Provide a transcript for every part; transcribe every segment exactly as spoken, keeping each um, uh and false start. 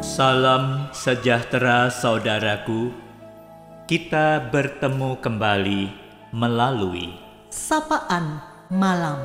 Salam sejahtera saudaraku, kita bertemu kembali melalui Sapaan Malam.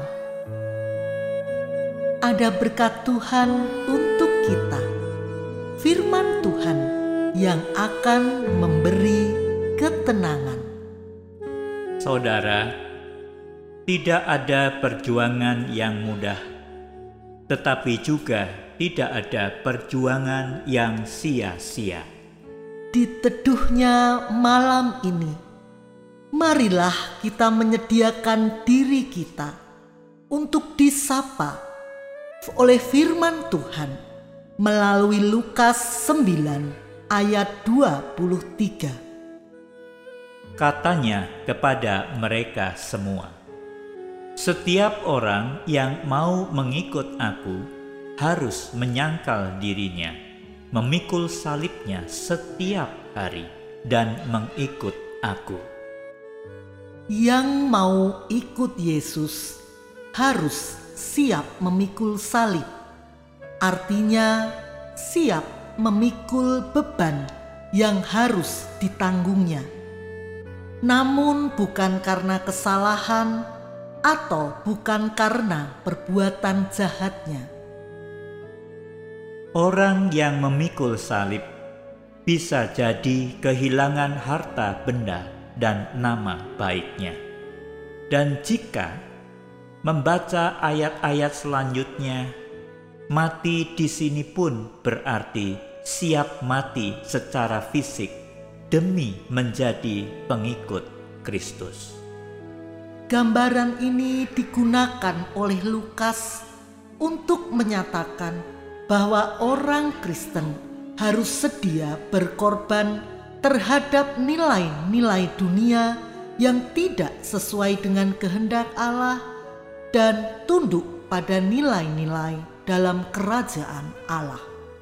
Ada berkat Tuhan untuk kita, firman Tuhan yang akan memberi ketenangan. saudara. Tidak ada perjuangan yang mudah, tetapi juga tidak ada perjuangan yang sia-sia. Di teduhnya malam ini, marilah kita menyediakan diri kita untuk disapa oleh firman Tuhan melalui Lukas sembilan ayat dua puluh tiga. Katanya kepada mereka semua, "Setiap orang yang mau mengikut aku harus menyangkal dirinya, memikul salibnya setiap hari, dan mengikut aku." Yang mau ikut Yesus harus siap memikul salib. Artinya siap memikul beban yang harus ditanggungnya. Namun bukan karena kesalahan atau bukan karena perbuatan jahatnya. Orang yang memikul salib bisa jadi kehilangan harta benda dan nama baiknya. Dan jika membaca ayat-ayat selanjutnya, mati di sini pun berarti siap mati secara fisik demi menjadi pengikut Kristus. Gambaran ini digunakan oleh Lukas untuk menyatakan bahwa orang Kristen harus sedia berkorban terhadap nilai-nilai dunia yang tidak sesuai dengan kehendak Allah dan tunduk pada nilai-nilai dalam kerajaan Allah.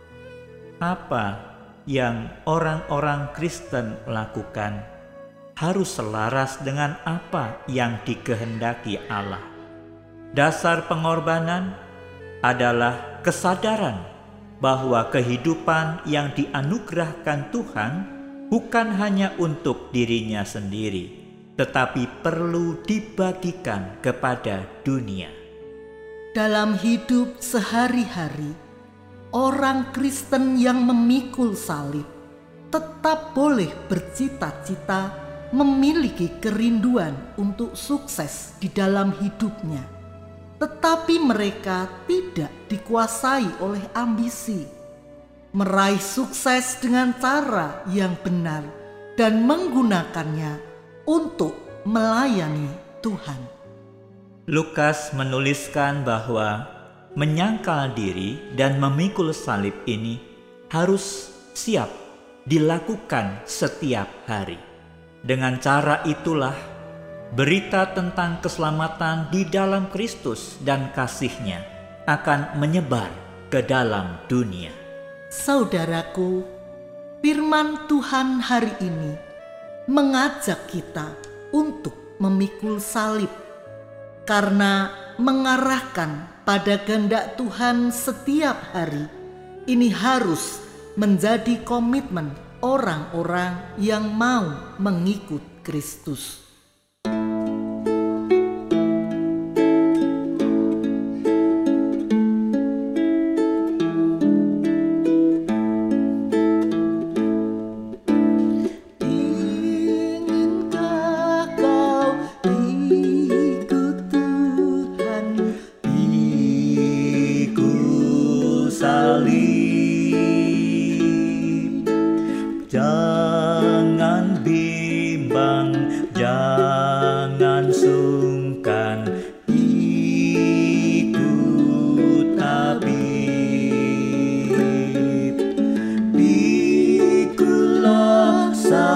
Apa yang orang-orang Kristen lakukan harus selaras dengan apa yang dikehendaki Allah. Dasar pengorbanan adalah kesadaran bahwa kehidupan yang dianugerahkan Tuhan bukan hanya untuk dirinya sendiri, tetapi perlu dibagikan kepada dunia. Dalam hidup sehari-hari, orang Kristen yang memikul salib tetap boleh bercita-cita memiliki kerinduan untuk sukses di dalam hidupnya. Tetapi mereka tidak dikuasai oleh ambisi. Meraih sukses dengan cara yang benar dan menggunakannya untuk melayani Tuhan. Lukas menuliskan bahwa menyangkal diri dan memikul salib ini harus siap dilakukan setiap hari. Dengan cara itulah berita tentang keselamatan di dalam Kristus dan kasih-Nya akan menyebar ke dalam dunia. Saudaraku, firman Tuhan hari ini mengajak kita untuk memikul salib karena mengarahkan pada kehendak Tuhan setiap hari. Ini harus menjadi komitmen orang-orang yang mau mengikut Kristus. Jangan bimbang, jangan sungkan, ikut Habib. Pikulah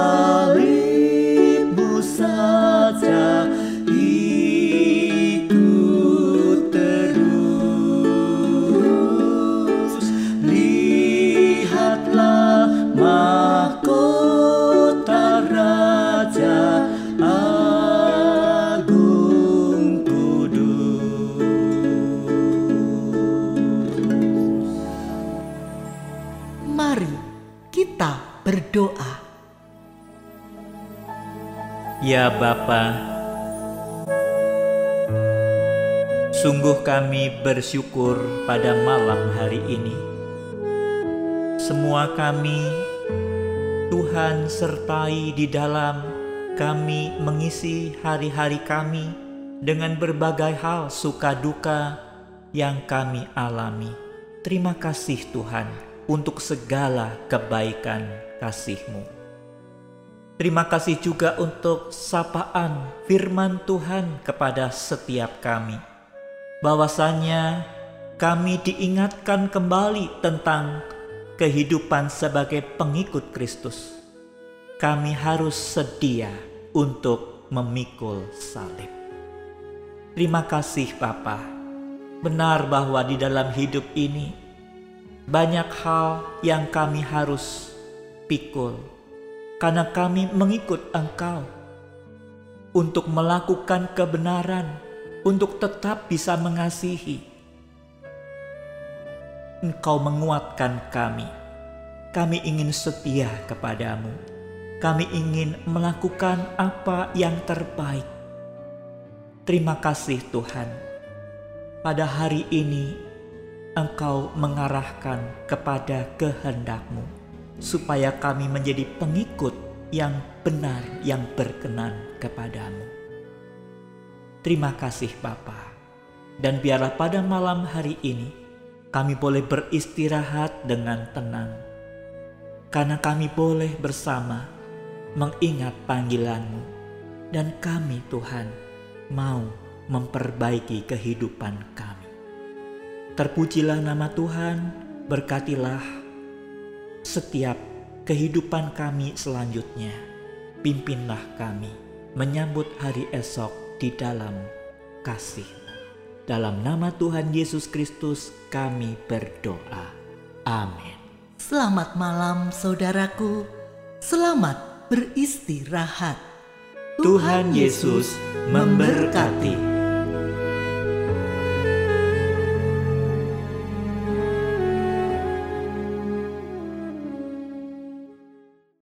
salibmu saja, ikut terus. berdoa. Ya Bapa, sungguh kami bersyukur pada malam hari ini. Semua kami, Tuhan sertai di dalam kami mengisi hari-hari kami dengan berbagai hal suka duka yang kami alami. Terima kasih Tuhan untuk segala kebaikan kasih-Mu. Terima kasih juga untuk sapaan firman Tuhan kepada setiap kami. Bahwasanya kami diingatkan kembali tentang kehidupan sebagai pengikut Kristus. Kami harus sedia untuk memikul salib. Terima kasih Bapa. Benar bahwa di dalam hidup ini banyak hal yang kami harus pikul, karena kami mengikut Engkau untuk melakukan kebenaran, untuk tetap bisa mengasihi. Engkau menguatkan kami. Kami ingin setia kepadamu. Kami ingin melakukan apa yang terbaik. Terima kasih Tuhan. Pada hari ini Engkau mengarahkan kepada kehendak-Mu, supaya kami menjadi pengikut yang benar, yang berkenan kepadamu. Terima kasih Bapa. Dan biarlah pada malam hari ini kami boleh beristirahat dengan tenang, karena kami boleh bersama mengingat panggilan-Mu, dan kami Tuhan mau memperbaiki kehidupan kami. Terpujilah nama Tuhan, berkatilah setiap kehidupan kami selanjutnya. Pimpinlah kami menyambut hari esok di dalam kasih-Mu. Dalam nama Tuhan Yesus Kristus kami berdoa. Amin. Selamat malam saudaraku. Selamat beristirahat. Tuhan Yesus memberkati.